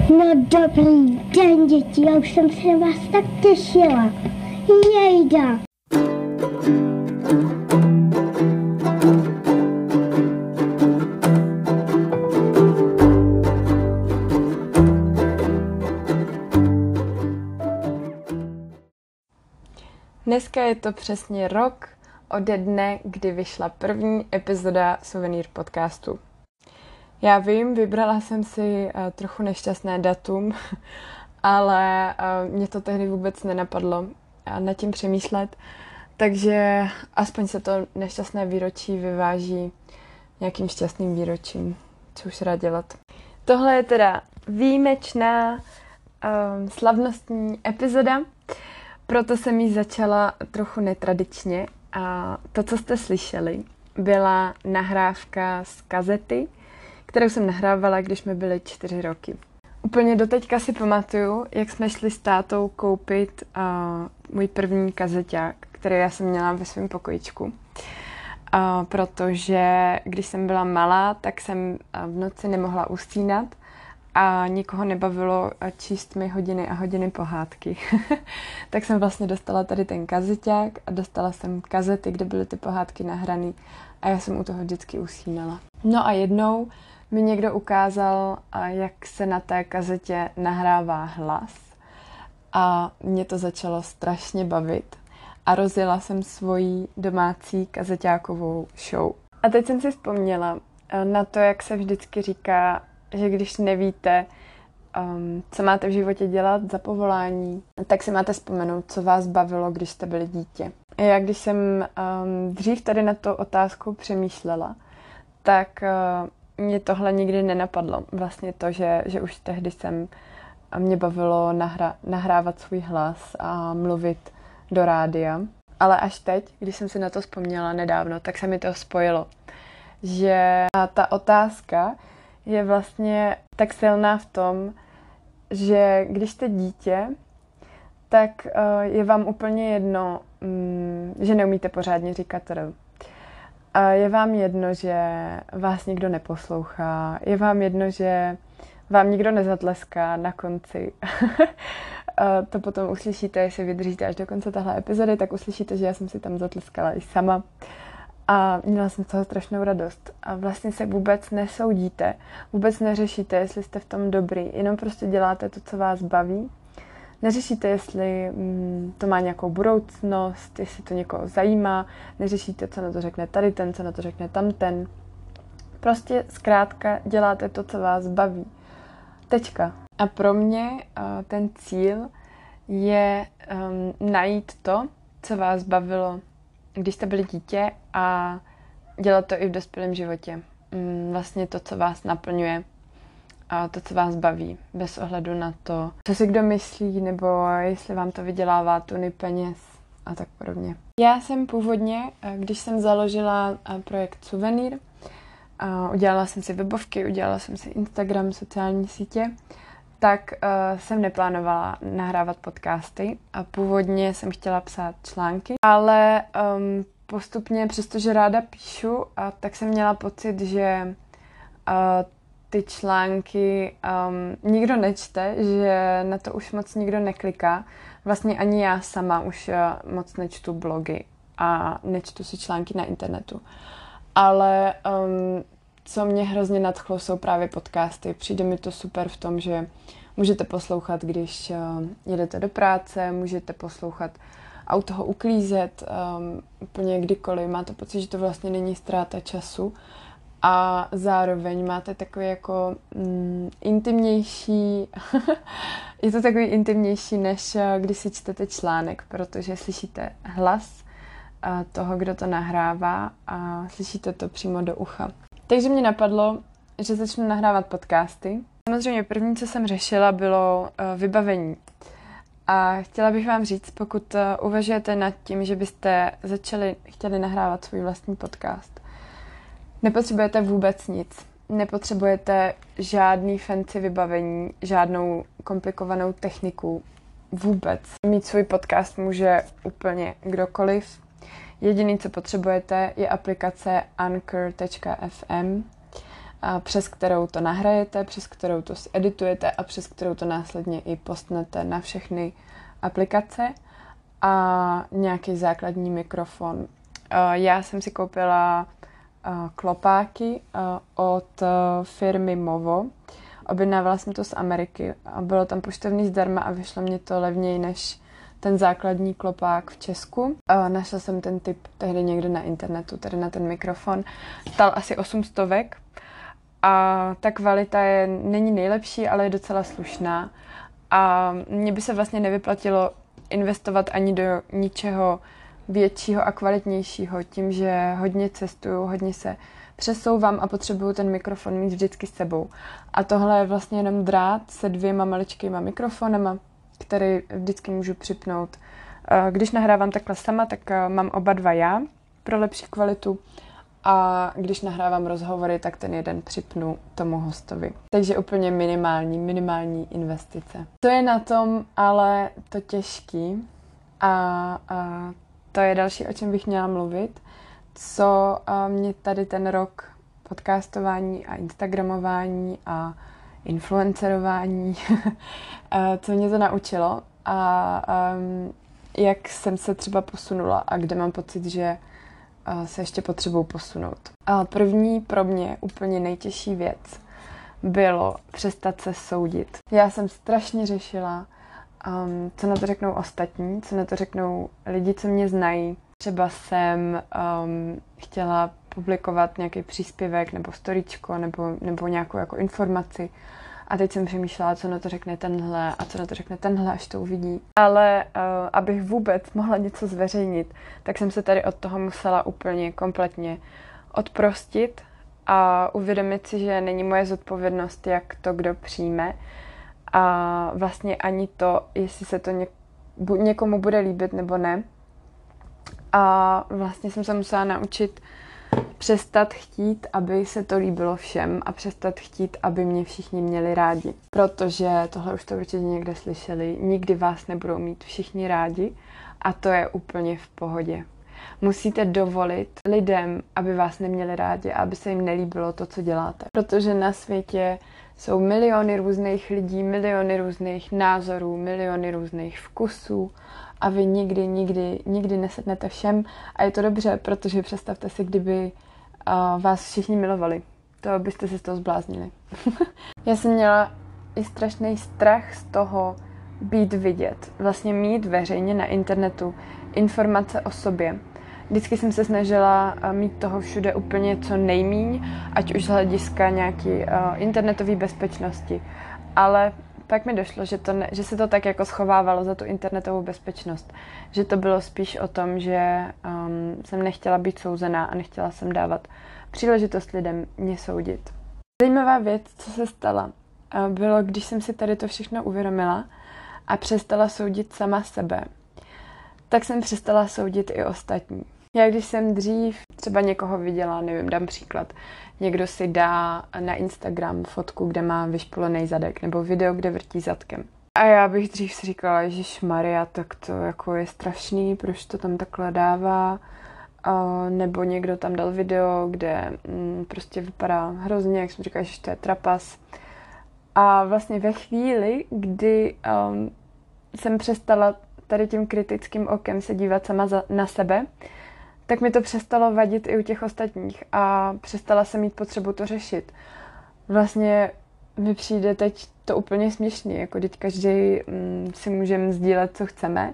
No dobrý den, děti, já už jsem se na vás tak těšila. Jejda. Dneska je to přesně rok ode dne, kdy vyšla první epizoda Suvenýr podcastu. Já vím, vybrala jsem si trochu nešťastné datum, ale mě to tehdy vůbec nenapadlo nad tím přemýšlet, takže aspoň se to nešťastné výročí vyváží nějakým šťastným výročím, co už rád dělat. Tohle je teda výjimečná slavnostní epizoda, proto jsem ji začala trochu netradičně a to, co jste slyšeli, byla nahrávka z kazety, kterou jsem nahrávala, když mi byly 4 roky. Úplně doteďka si pamatuju, jak jsme šli s tátou koupit můj první kazeťák, který já jsem měla ve svém pokojičku. Protože když jsem byla malá, tak jsem v noci nemohla usínat a nikoho nebavilo číst mi hodiny a hodiny pohádky. Tak jsem vlastně dostala tady ten kazeťák a dostala jsem kazety, kde byly ty pohádky nahraný a já jsem u toho vždycky usínala. No a jednou mi někdo ukázal, jak se na té kazetě nahrává hlas a mě to začalo strašně bavit a rozjela jsem svoji domácí kazeťákovou show. A teď jsem si vzpomněla na to, jak se vždycky říká, že když nevíte, co máte v životě dělat za povolání, tak si máte vzpomenout, co vás bavilo, když jste byli dítě. Já když jsem dřív tady na to otázku přemýšlela, tak mě tohle nikdy nenapadlo. Vlastně to, že už tehdy mě bavilo nahrávat svůj hlas a mluvit do rádia. Ale až teď, když jsem si na to vzpomněla nedávno, tak se mi to spojilo. Že ta otázka je vlastně tak silná v tom, že když jste dítě, tak je vám úplně jedno, že neumíte pořádně říkat R. Je vám jedno, že vás nikdo neposlouchá. Je vám jedno, že vám nikdo nezatleská na konci. To potom uslyšíte, jestli vydržíte až do konce téhle epizody, tak uslyšíte, že já jsem si tam zatleskala i sama. A měla jsem z toho strašnou radost. A vlastně se vůbec nesoudíte, vůbec neřešíte, jestli jste v tom dobrý. Jenom prostě děláte to, co vás baví. Neřešíte, jestli to má nějakou budoucnost, jestli to někoho zajímá. Neřešíte, co na to řekne tady ten, co na to řekne tamten. Prostě zkrátka děláte to, co vás baví. Tečka. A pro mě ten cíl je najít to, co vás bavilo, když jste byli dítě a dělat to i v dospělém životě. Vlastně to, co vás naplňuje a to, co vás baví, bez ohledu na to, co si kdo myslí, nebo jestli vám to vydělává tuny peněz a tak podobně. Já jsem původně, když jsem založila projekt Suvenýr, udělala jsem si webovky, udělala jsem si Instagram, sociální sítě, tak jsem neplánovala nahrávat podcasty a původně jsem chtěla psát články, ale postupně, přestože ráda píšu, tak jsem měla pocit, že ty články nikdo nečte, že na to už moc nikdo nekliká. Vlastně ani já sama už moc nečtu blogy a nečtu si články na internetu. Ale co mě hrozně nadchlo, jsou právě podcasty. Přijde mi to super v tom, že můžete poslouchat, když jedete do práce, můžete poslouchat a u toho uklízet úplně kdykoliv. Máte pocit, že to vlastně není ztráta času a zároveň máte takový jako intimnější, je to takový intimnější, než když si čtete článek, protože slyšíte hlas toho, kdo to nahrává a slyšíte to přímo do ucha. Takže mě napadlo, že začnu nahrávat podcasty. Samozřejmě první, co jsem řešila, bylo vybavení. A chtěla bych vám říct, pokud uvažujete nad tím, že byste chtěli nahrávat svůj vlastní podcast, nepotřebujete vůbec nic. Nepotřebujete žádný fancy vybavení, žádnou komplikovanou techniku. Vůbec. Mít svůj podcast může úplně kdokoliv. Jediné, co potřebujete, je aplikace Anchor.fm přes kterou to nahrajete, přes kterou to editujete a přes kterou to následně i postnete na všechny aplikace a nějaký základní mikrofon. Já jsem si koupila klopáky od firmy Movo. Objednávala jsem to z Ameriky a bylo tam poštovní zdarma a vyšlo mě to levněji než ten základní klopák v Česku. Našla jsem ten typ tehdy někde na internetu, tady na ten mikrofon. Stál asi 800 a ta kvalita není nejlepší, ale je docela slušná. A mně by se vlastně nevyplatilo investovat ani do ničeho většího a kvalitnějšího, tím, že hodně cestuju, hodně se přesouvám a potřebuju ten mikrofon mít vždycky s sebou. A tohle je vlastně jenom drát se 2 maličkýma mikrofonama, který vždycky můžu připnout. Když nahrávám takhle sama, tak mám oba 2 já pro lepší kvalitu a když nahrávám rozhovory, tak ten jeden připnu tomu hostovi. Takže úplně minimální investice. To je na tom ale to těžký a to je další, o čem bych měla mluvit, co mě tady ten rok podcastování a instagramování a influencerování, co mě to naučilo a jak jsem se třeba posunula a kde mám pocit, že se ještě potřebuji posunout. První pro mě úplně nejtěžší věc bylo přestat se soudit. Já jsem strašně řešila, co na to řeknou ostatní, co na to řeknou lidi, co mě znají. Třeba jsem chtěla publikovat nějaký příspěvek nebo storíčko nebo nějakou jako informaci a teď jsem přemýšlela, co na to řekne tenhle a co na to řekne tenhle, až to uvidí. Ale abych vůbec mohla něco zveřejnit, tak jsem se tady od toho musela úplně kompletně odprostit a uvědomit si, že není moje zodpovědnost, jak to kdo přijme a vlastně ani to, jestli se to někomu bude líbit nebo ne. A vlastně jsem se musela naučit přestat chtít, aby se to líbilo všem a přestat chtít, aby mě všichni měli rádi. Protože tohle už to určitě někde slyšeli, nikdy vás nebudou mít všichni rádi a to je úplně v pohodě. Musíte dovolit lidem, aby vás neměli rádi a aby se jim nelíbilo to, co děláte. Protože na světě jsou miliony různých lidí, miliony různých názorů, miliony různých vkusů a vy nikdy nesednete všem a je to dobře, protože představte si, kdyby vás všichni milovali. To byste se z toho zbláznili. Já jsem měla i strašný strach z toho být vidět. Vlastně mít veřejně na internetu informace o sobě. Vždycky jsem se snažila mít toho všude úplně co nejmíň, ať už z hlediska nějaký internetové bezpečnosti. Ale pak mi došlo, že se to tak jako schovávalo za tu internetovou bezpečnost. Že to bylo spíš o tom, že jsem nechtěla být souzená a nechtěla jsem dávat příležitost lidem mě soudit. Zajímavá věc, co se stala, bylo, když jsem si tady to všechno uvědomila a přestala soudit sama sebe, tak jsem přestala soudit i ostatní. Já když jsem dřív třeba někoho viděla, nevím, dám příklad, někdo si dá na Instagram fotku, kde má vyšpulený zadek, nebo video, kde vrtí zadkem. A já bych dřív si říkala, ježišmarja, tak to jako je strašný, proč to tam takhle dává. Nebo někdo tam dal video, kde prostě vypadá hrozně, jak jsem říkala, že to je trapas. A vlastně ve chvíli, kdy jsem přestala tady tím kritickým okem se dívat sama na sebe, tak mi to přestalo vadit i u těch ostatních a přestala jsem mít potřebu to řešit. Vlastně mi přijde teď to úplně směšný, jako teď každý si můžeme sdílet, co chceme,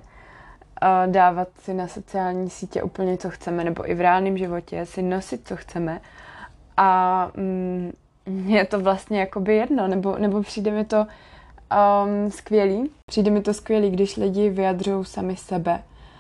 a dávat si na sociální sítě úplně, co chceme, nebo i v reálném životě si nosit, co chceme. A je to vlastně jakoby jedno, nebo přijde mi to skvělý. Přijde mi to skvělý, když lidi vyjadřují sami sebe.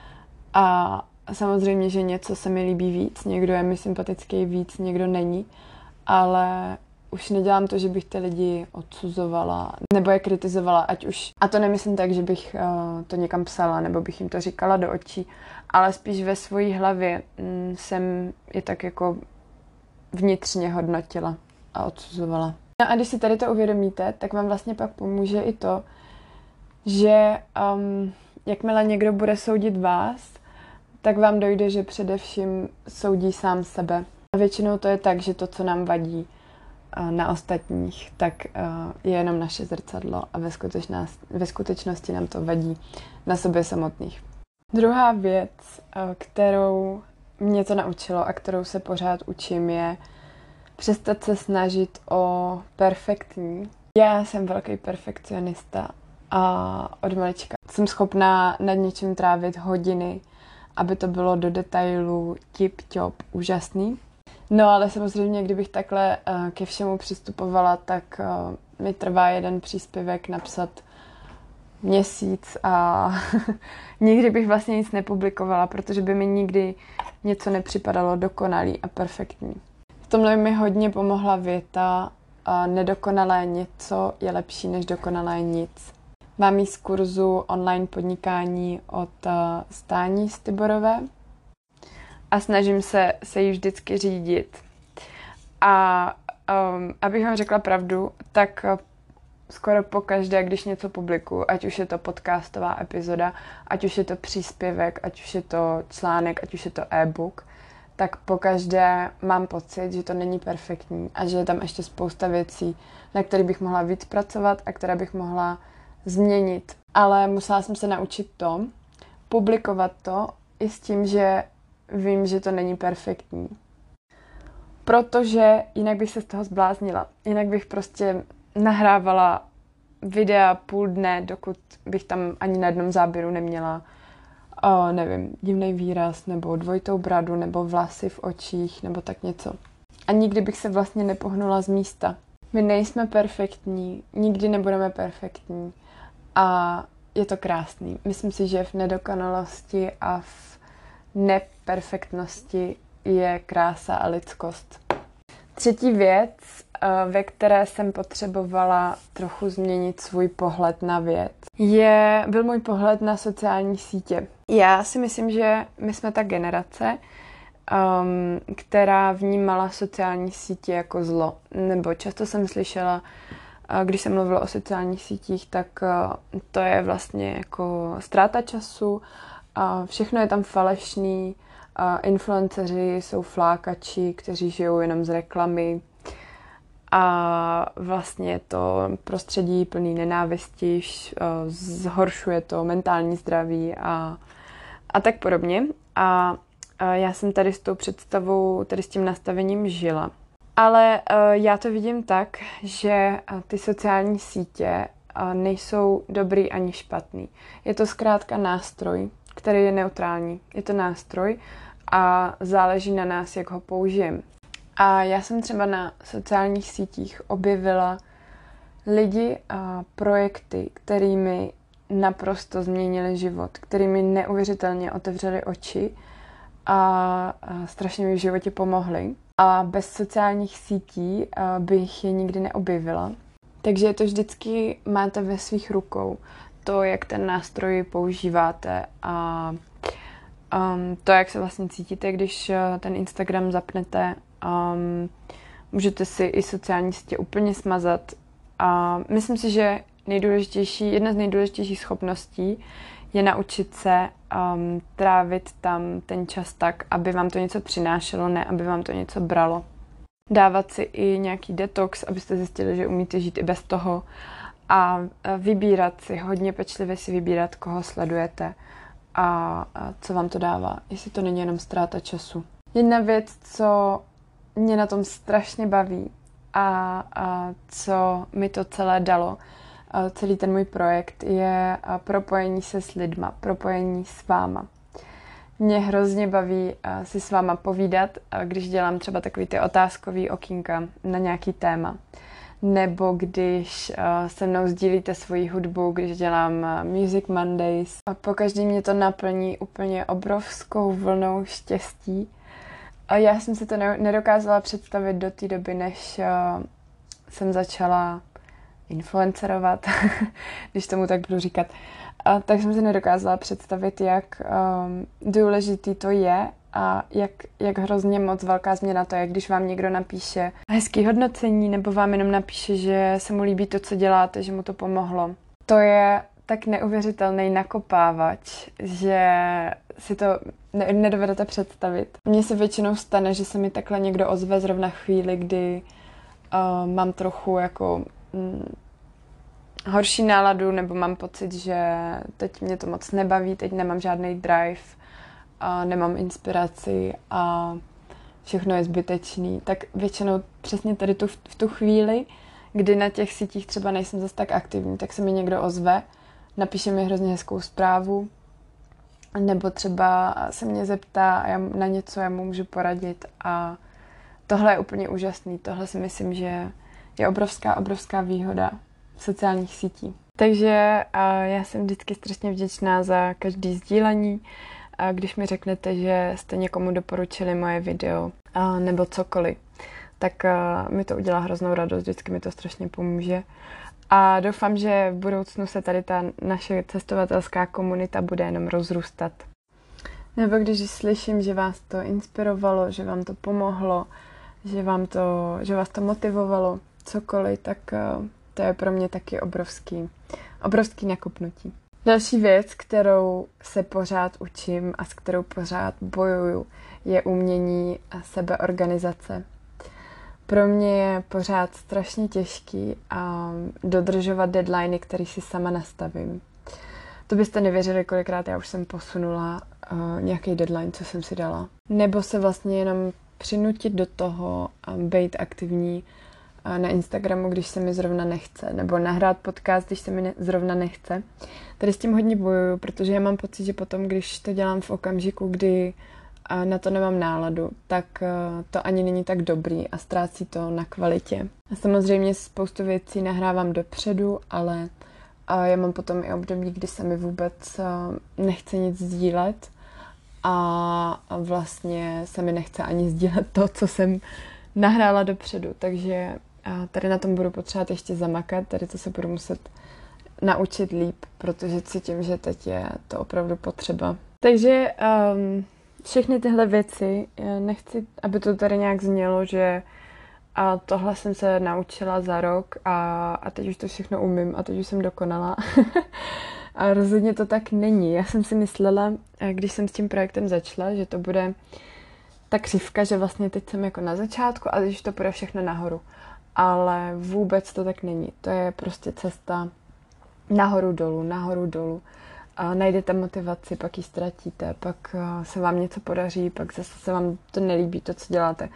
A samozřejmě, že něco se mi líbí víc, někdo je mi sympatický víc, někdo není, ale už nedělám to, že bych ty lidi odsuzovala nebo je kritizovala, ať už. A to nemyslím tak, že bych to někam psala nebo bych jim to říkala do očí, ale spíš ve své hlavě jsem je tak jako vnitřně hodnotila a odsuzovala. No a když si tady to uvědomíte, tak vám vlastně pak pomůže i to, že jakmile někdo bude soudit vás, tak vám dojde, že především soudí sám sebe. A většinou to je tak, že to, co nám vadí, na ostatních, tak je jenom naše zrcadlo a ve skutečnosti nám to vadí na sobě samotných. Druhá věc, kterou mě to naučilo a kterou se pořád učím, je přestat se snažit o perfektní. Já jsem velký perfekcionista a od malička jsem schopná nad něčím trávit hodiny, aby to bylo do detailu tip-top úžasný. No ale samozřejmě, kdybych takhle ke všemu přistupovala, tak mi trvá jeden příspěvek napsat měsíc a nikdy bych vlastně nic nepublikovala, protože by mi nikdy něco nepřipadalo dokonalý a perfektní. V tomhle mi hodně pomohla věta: nedokonalé něco je lepší než dokonalé nic. Mám jí z kurzu online podnikání od Stání Styborové a snažím se jí vždycky řídit. A abych vám řekla pravdu, tak skoro pokaždé, když něco publikuju, ať už je to podcastová epizoda, ať už je to příspěvek, ať už je to článek, ať už je to e-book, tak pokaždé mám pocit, že to není perfektní a že je tam ještě spousta věcí, na které bych mohla víc pracovat a které bych mohla změnit. Ale musela jsem se naučit publikovat to i s tím, že vím, že to není perfektní. Protože jinak bych se z toho zbláznila. Jinak bych prostě nahrávala videa půl dne, dokud bych tam ani na jednom záběru neměla nevím, divný výraz, nebo dvojitou bradu, nebo vlasy v očích, nebo tak něco. A nikdy bych se vlastně nepohnula z místa. My nejsme perfektní, nikdy nebudeme perfektní a je to krásný. Myslím si, že v nedokonalosti a v neperfektnosti je krása a lidskost. Třetí věc, ve které jsem potřebovala trochu změnit svůj pohled na věc, byl můj pohled na sociální sítě. Já si myslím, že my jsme ta generace, která vnímala sociální sítě jako zlo. Nebo často jsem slyšela, když jsem mluvila o sociálních sítích, tak to je vlastně jako ztráta času, všechno je tam falešný, influenceři jsou flákači, kteří žijou jenom z reklamy a vlastně je to prostředí plný nenávisti, zhoršuje to mentální zdraví a tak podobně. A já jsem tady s tou představou, tady s tím nastavením žila. Ale já to vidím tak, že ty sociální sítě nejsou dobrý ani špatný. Je to zkrátka nástroj, který je neutrální. Je to nástroj a záleží na nás, jak ho použijeme. A já jsem třeba na sociálních sítích objevila lidi a projekty, kterými naprosto změnili život, kterými neuvěřitelně otevřeli oči a strašně mi v životě pomohli. A bez sociálních sítí bych je nikdy neobjevila. Takže to vždycky máte ve svých rukou. To, jak ten nástroj používáte a to, jak se vlastně cítíte, když ten Instagram zapnete. Můžete si i sociální sítě úplně smazat. A myslím si, že jedna z nejdůležitějších schopností je naučit se trávit tam ten čas tak, aby vám to něco přinášelo, ne aby vám to něco bralo. Dávat si i nějaký detox, abyste zjistili, že umíte žít i bez toho a vybírat si, hodně pečlivě si vybírat, koho sledujete a co vám to dává, jestli to není jenom ztráta času. Jedna věc, co mě na tom strašně baví a co mi to celé dalo, celý ten můj projekt, je propojení se s lidma, propojení s váma. Mě hrozně baví si s váma povídat, když dělám třeba takový ty otázkový okýnka na nějaký téma. Nebo když se mnou sdílíte svoji hudbu, když dělám Music Mondays. A pokaždý mě to naplní úplně obrovskou vlnou štěstí. A já jsem si to nedokázala představit do té doby, než jsem začala influencerovat, když tomu tak budu říkat. Tak jsem si nedokázala představit, jak důležitý to je a jak hrozně moc velká změna to je, když vám někdo napíše hezký hodnocení nebo vám jenom napíše, že se mu líbí to, co děláte, že mu to pomohlo. To je tak neuvěřitelný nakopávač, že si to nedovedete představit. Mně se většinou stane, že se mi takhle někdo ozve zrovna chvíli, kdy mám trochu jako horší náladu, nebo mám pocit, že teď mě to moc nebaví, teď nemám žádný drive, nemám inspiraci a všechno je zbytečný, tak většinou přesně tady v tu chvíli, kdy na těch sítích třeba nejsem zase tak aktivní, tak se mi někdo ozve, napíše mi hrozně hezkou zprávu, nebo třeba se mě zeptá a na něco já mu můžu poradit a tohle je úplně úžasný. Tohle si myslím, že je obrovská výhoda sociálních sítí. Takže já jsem vždycky strašně vděčná za každý sdílení. A když mi řeknete, že jste někomu doporučili moje video nebo cokoliv, tak mi to udělá hroznou radost, vždycky mi to strašně pomůže. A doufám, že v budoucnu se tady ta naše cestovatelská komunita bude jenom rozrůstat. Nebo když slyším, že vás to inspirovalo, že vám to pomohlo, že vás to motivovalo, cokoliv, tak to je pro mě taky obrovský nakopnutí. Další věc, kterou se pořád učím a s kterou pořád bojuju, je umění a sebeorganizace. Pro mě je pořád strašně těžký dodržovat deadliny, které si sama nastavím. To byste nevěřili, kolikrát já už jsem posunula nějaký deadline, co jsem si dala. Nebo se vlastně jenom přinutit do toho a být aktivní na Instagramu, když se mi zrovna nechce, nebo nahrát podcast, když se mi zrovna nechce. Tady s tím hodně bojuju, protože já mám pocit, že potom, když to dělám v okamžiku, kdy na to nemám náladu, tak to ani není tak dobrý a ztrácí to na kvalitě. A samozřejmě spoustu věcí nahrávám dopředu, ale já mám potom i období, kdy se mi vůbec nechce nic sdílet a vlastně se mi nechce ani sdílet to, co jsem nahrála dopředu, takže tady na tom budu potřebovat ještě zamakat, tady to se budu muset naučit líp, protože cítím, že teď je to opravdu potřeba. Takže všechny tyhle věci, nechci, aby to tady nějak znělo, že tohle jsem se naučila za rok a teď už to všechno umím a teď už jsem dokonala. A rozhodně to tak není. Já jsem si myslela, když jsem s tím projektem začala, že to bude ta křivka, že vlastně teď jsem jako na začátku a teď už to půjde všechno nahoru. Ale vůbec to tak není. To je prostě cesta nahoru dolů. A najdete motivaci, pak ji ztratíte, pak se vám něco podaří, pak zase se vám to nelíbí, to, co děláte.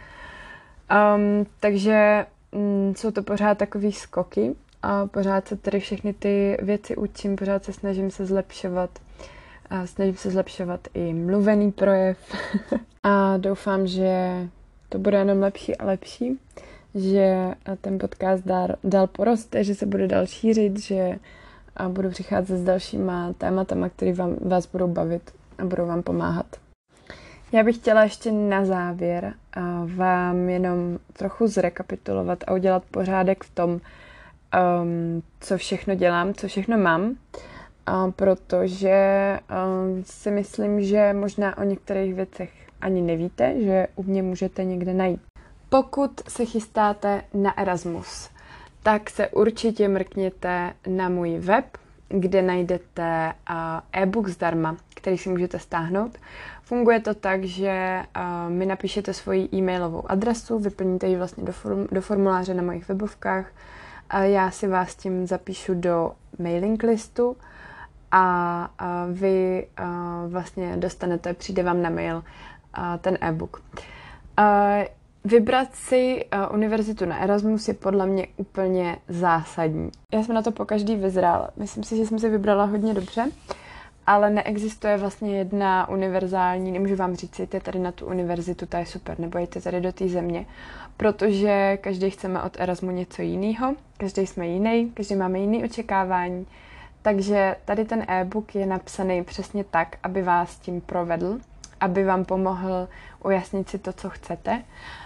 Takže jsou to pořád takový skoky a pořád se tady všechny ty věci učím, pořád se snažím se zlepšovat. Snažím se zlepšovat i mluvený projev a doufám, že to bude jenom lepší a lepší, že ten podcast dál poroste, že se bude dál šířit, že budu přicházet s dalšíma tématama, které vás budou bavit a budou vám pomáhat. Já bych chtěla ještě na závěr vám jenom trochu zrekapitulovat a udělat pořádek v tom, co všechno dělám, co všechno mám, protože si myslím, že možná o některých věcech ani nevíte, že u mě můžete někde najít. Pokud se chystáte na Erasmus, tak se určitě mrkněte na můj web, kde najdete e-book zdarma, který si můžete stáhnout. Funguje to tak, že mi napíšete svoji e-mailovou adresu, vyplníte ji vlastně do formuláře na mojich webovkách. Já si vás tím zapíšu do mailing listu a vy vlastně dostanete, přijde vám na mail ten e-book. Vybrat si univerzitu na Erasmus je podle mě úplně zásadní. Já jsem na to pokaždý vyzrála. Myslím si, že jsem si vybrala hodně dobře, ale neexistuje vlastně jedna univerzální, nemůžu vám říct, jděte tady na tu univerzitu, ta je super, nebo jděte tady do té země, protože každý chceme od Erasmu něco jiného, každý jsme jiný, každý máme jiný očekávání, takže tady ten e-book je napsaný přesně tak, aby vás tím provedl, aby vám pomohl ujasnit si to, co chcete,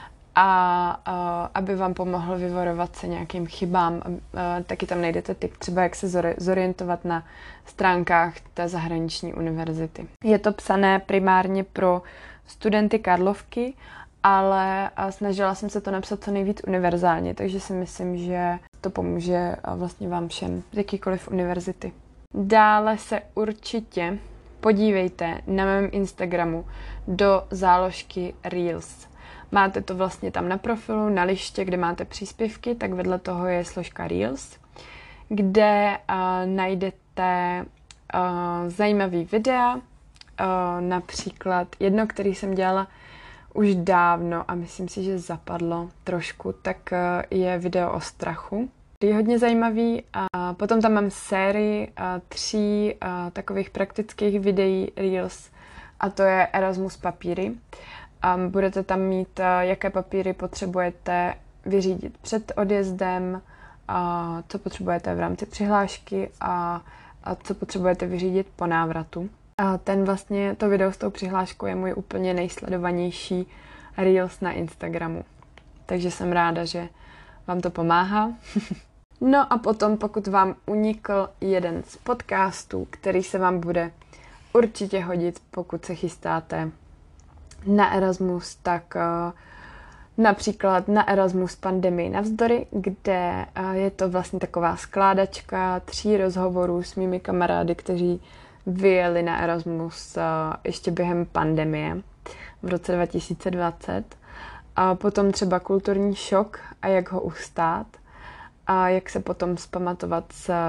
a aby vám pomohl vyvarovat se nějakým chybám. Taky tam najdete tip, třeba jak se zorientovat na stránkách té zahraniční univerzity. Je to psané primárně pro studenty Karlovky, ale snažila jsem se to napsat co nejvíc univerzálně, takže si myslím, že to pomůže vlastně vám všem z jakýkoliv univerzity. Dále se určitě podívejte na mém Instagramu do záložky Reels. Máte to vlastně tam na profilu, na liště, kde máte příspěvky, tak vedle toho je složka Reels, kde najdete zajímavý videa, například jedno, který jsem dělala už dávno a myslím si, že zapadlo trošku, tak je video o strachu. Je hodně zajímavý a potom tam mám sérii 3 takových praktických videí Reels a to je Erasmus papíry. Budete tam mít, jaké papíry potřebujete vyřídit před odjezdem, co potřebujete v rámci přihlášky a co potřebujete vyřídit po návratu. A to video s tou přihláškou je můj úplně nejsledovanější Reels na Instagramu. Takže jsem ráda, že vám to pomáhá. No a potom, pokud vám unikl jeden z podcastů, který se vám bude určitě hodit, pokud se chystáte na Erasmus, tak například na Erasmus pandemii navzdory, kde je to vlastně taková skládačka 3 rozhovorů s mými kamarády, kteří vyjeli na Erasmus ještě během pandemie v roce 2020. A potom třeba kulturní šok a jak ho ustát a jak se potom zpamatovat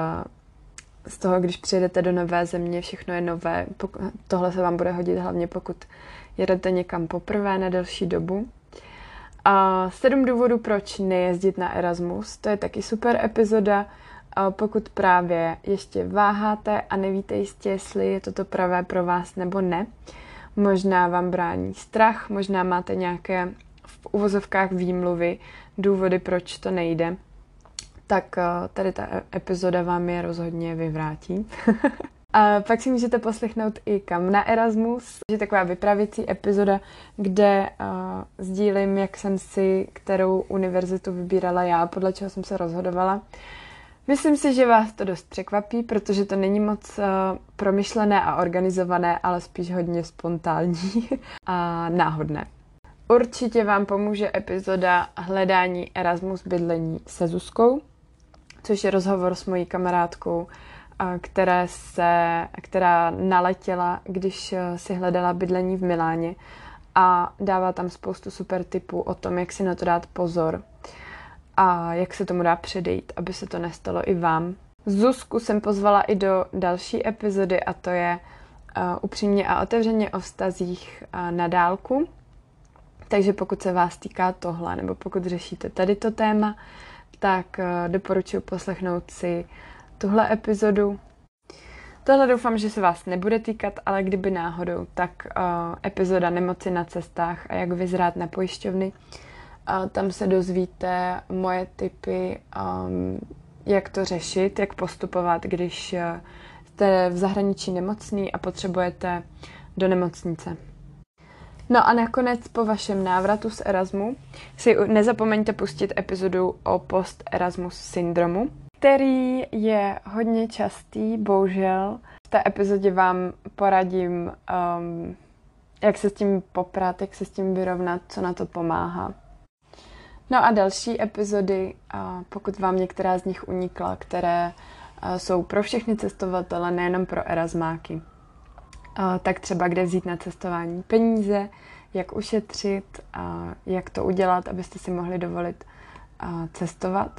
z toho, když přijedete do nové země, všechno je nové. Tohle se vám bude hodit hlavně, pokud jedete někam poprvé na delší dobu. A 7 důvodů, proč nejezdit na Erasmus, to je taky super epizoda. A pokud právě ještě váháte a nevíte jistě, jestli je toto pravé pro vás nebo ne, možná vám brání strach, možná máte nějaké v uvozovkách výmluvy, důvody, proč to nejde, tak tady ta epizoda vám je rozhodně vyvrátí. A pak si můžete poslechnout i Kam na Erasmus, je taková vyprávěcí epizoda, kde sdílím, jak jsem si kterou univerzitu vybírala já, podle čeho jsem se rozhodovala. Myslím si, že vás to dost překvapí, protože to není moc promyšlené a organizované, ale spíš hodně spontánní a náhodné. Určitě vám pomůže epizoda Hledání Erasmus bydlení se Zuzkou, což je rozhovor s mojí kamarádkou, která naletěla, když si hledala bydlení v Miláně a dává tam spoustu super tipů o tom, jak si na to dát pozor a jak se tomu dá předejít, aby se to nestalo i vám. Zuzku jsem pozvala i do další epizody a to je upřímně a otevřeně o vztazích na dálku. Takže pokud se vás týká tohle, nebo pokud řešíte tady to téma, tak doporučuji poslechnout si tuhle epizodu. Tohle doufám, že se vás nebude týkat, ale kdyby náhodou, tak epizoda Nemoci na cestách a jak vyzrát na pojišťovny. Tam se dozvíte moje tipy, jak to řešit, jak postupovat, když jste v zahraničí nemocný a potřebujete do nemocnice. No a nakonec po vašem návratu z Erasmu si nezapomeňte pustit epizodu o post-Erasmus syndromu, který je hodně častý, bohužel. V té epizodě vám poradím, jak se s tím poprat, jak se s tím vyrovnat, co na to pomáhá. No a další epizody, pokud vám některá z nich unikla, které jsou pro všechny cestovatele, nejenom pro erasmáky. Tak třeba kde vzít na cestování peníze, jak ušetřit, jak to udělat, abyste si mohli dovolit cestovat.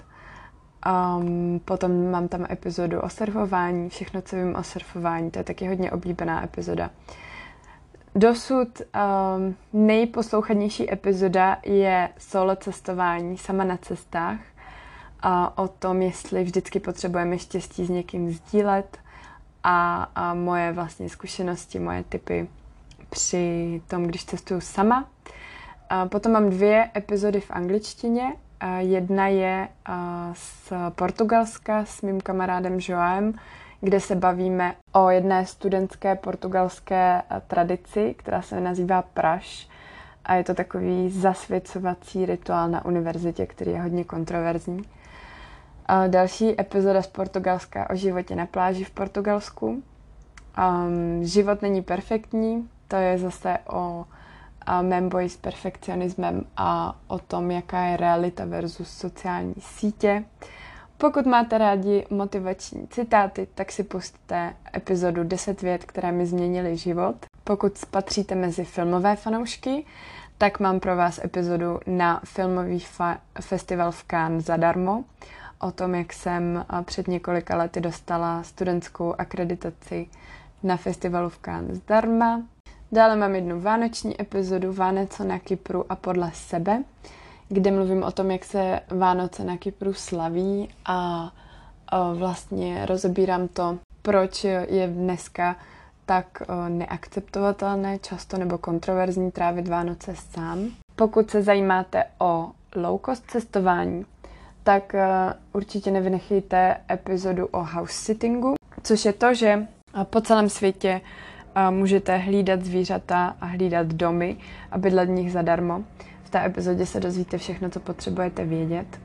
Potom mám tam epizodu o surfování, všechno, co vím o surfování, to je taky hodně oblíbená epizoda. Dosud nejposlouchanější epizoda je solo cestování, sama na cestách, o tom, jestli vždycky potřebujeme štěstí s někým sdílet a moje vlastně zkušenosti, moje tipy při tom, když cestuju sama. Potom mám 2 epizody v angličtině. Jedna je z Portugalska s mým kamarádem Joaem, kde se bavíme o jedné studentské portugalské tradici, která se nazývá praš. A je to takový zasvěcovací rituál na univerzitě, který je hodně kontroverzní. Další epizoda z Portugalska o životě na pláži v Portugalsku. Život není perfektní, to je zase o mém boji s perfekcionismem a o tom, jaká je realita versus sociální sítě. Pokud máte rádi motivační citáty, tak si pusťte epizodu 10 vět, které mi změnily život. Pokud patříte mezi filmové fanoušky, tak mám pro vás epizodu na filmový festival v Cannes zadarmo, o tom, jak jsem před několika lety dostala studentskou akreditaci na festivalu v Cannes zdarma. Dále mám jednu vánoční epizodu Vánoce na Kypru a podle sebe, kde mluvím o tom, jak se Vánoce na Kypru slaví a vlastně rozebírám to, proč je dneska tak neakceptovatelné často nebo kontroverzní trávit Vánoce sám. Pokud se zajímáte o low cost cestování, tak určitě nevynechejte epizodu o house sittingu, což je to, že po celém světě můžete hlídat zvířata a hlídat domy a bydlet v nich zadarmo. V té epizodě se dozvíte všechno, co potřebujete vědět.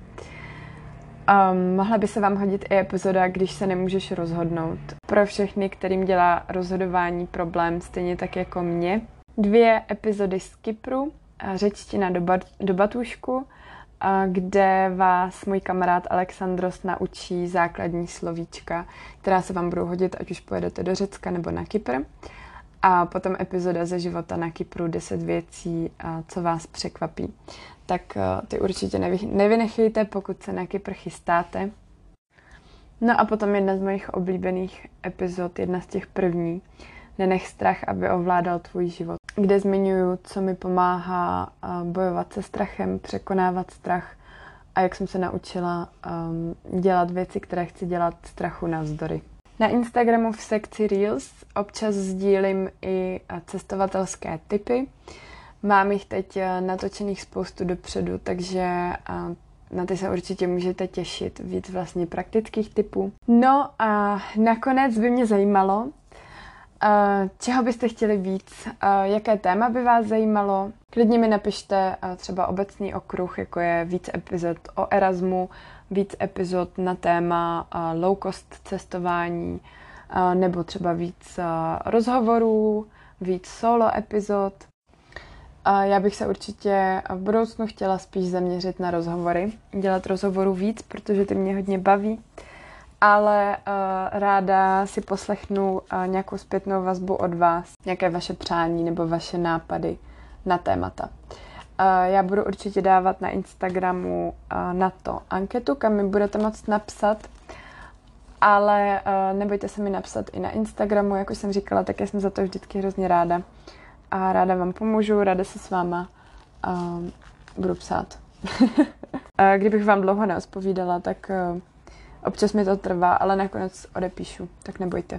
Mohla by se vám hodit i epizoda, když se nemůžeš rozhodnout. Pro všechny, kterým dělá rozhodování problém, stejně tak jako mě. 2 epizody z Kypru, řečtina do batůžku, kde vás můj kamarád Alexandros naučí základní slovíčka, která se vám budou hodit, ať už pojedete do Řecka nebo na Kypr. A potom epizoda ze života na Kypru, 10 věcí, co vás překvapí. Tak ty určitě nevynechejte, pokud se na Kypr chystáte. No a potom jedna z mojich oblíbených epizod, jedna z těch první, Nenech strach, aby ovládal tvůj život, kde zmiňuju, co mi pomáhá bojovat se strachem, překonávat strach a jak jsem se naučila dělat věci, které chci dělat strachu navzdory. Na Instagramu v sekci Reels občas sdílím i cestovatelské tipy. Mám jich teď natočených spoustu dopředu, takže na ty se určitě můžete těšit. Víc vlastně praktických tipů. No a nakonec by mě zajímalo, čeho byste chtěli víc, jaké téma by vás zajímalo. Klidně mi napište třeba obecný okruh, jako je víc epizod o Erasmu, víc epizod na téma low cost cestování, nebo třeba víc rozhovorů, víc solo epizod. Já bych se určitě v budoucnu chtěla spíš zaměřit na rozhovory, dělat rozhovorů víc, protože ty mě hodně baví, ale ráda si poslechnu nějakou zpětnou vazbu od vás, nějaké vaše přání nebo vaše nápady na témata. Já budu určitě dávat na Instagramu na to anketu, kam mi budete moct napsat, ale nebojte se mi napsat i na Instagramu, jak už jsem říkala, tak já jsem za to vždycky hrozně ráda. A ráda vám pomůžu, ráda se s váma budu psát. Kdybych vám dlouho neodpovídala, tak občas mi to trvá, ale nakonec odepíšu, tak nebojte.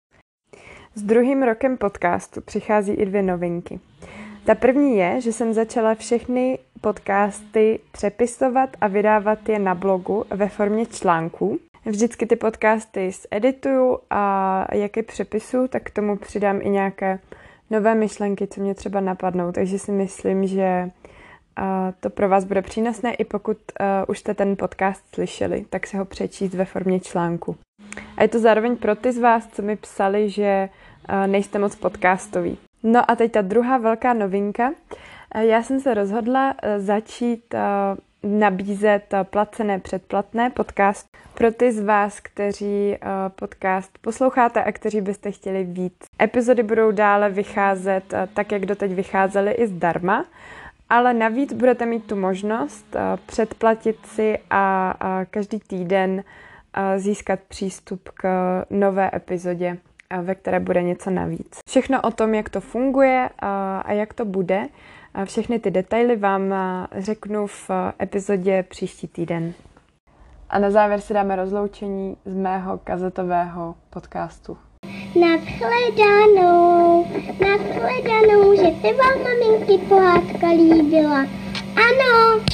S druhým rokem podcastu přichází i 2 novinky. Ta první je, že jsem začala všechny podcasty přepisovat a vydávat je na blogu ve formě článků. Vždycky ty podcasty edituju a jak je přepisuju, tak k tomu přidám i nějaké nové myšlenky, co mě třeba napadnou, takže si myslím, že to pro vás bude přínosné, i pokud už jste ten podcast slyšeli, tak si ho přečíst ve formě článku. A je to zároveň pro ty z vás, co mi psali, že nejste moc podcastoví. No a teď ta druhá velká novinka. Já jsem se rozhodla začít nabízet placené předplatné podcast pro ty z vás, kteří podcast posloucháte a kteří byste chtěli víc. Epizody budou dále vycházet tak, jak doteď vycházely, i zdarma, ale navíc budete mít tu možnost předplatit si a každý týden získat přístup k nové epizodě, ve které bude něco navíc. Všechno o tom, jak to funguje a jak to bude, všechny ty detaily vám řeknu v epizodě příští týden. A na závěr si dáme rozloučení z mého kazetového podcastu. Nashledanou, že se vám maminky pohádka líbila. Ano!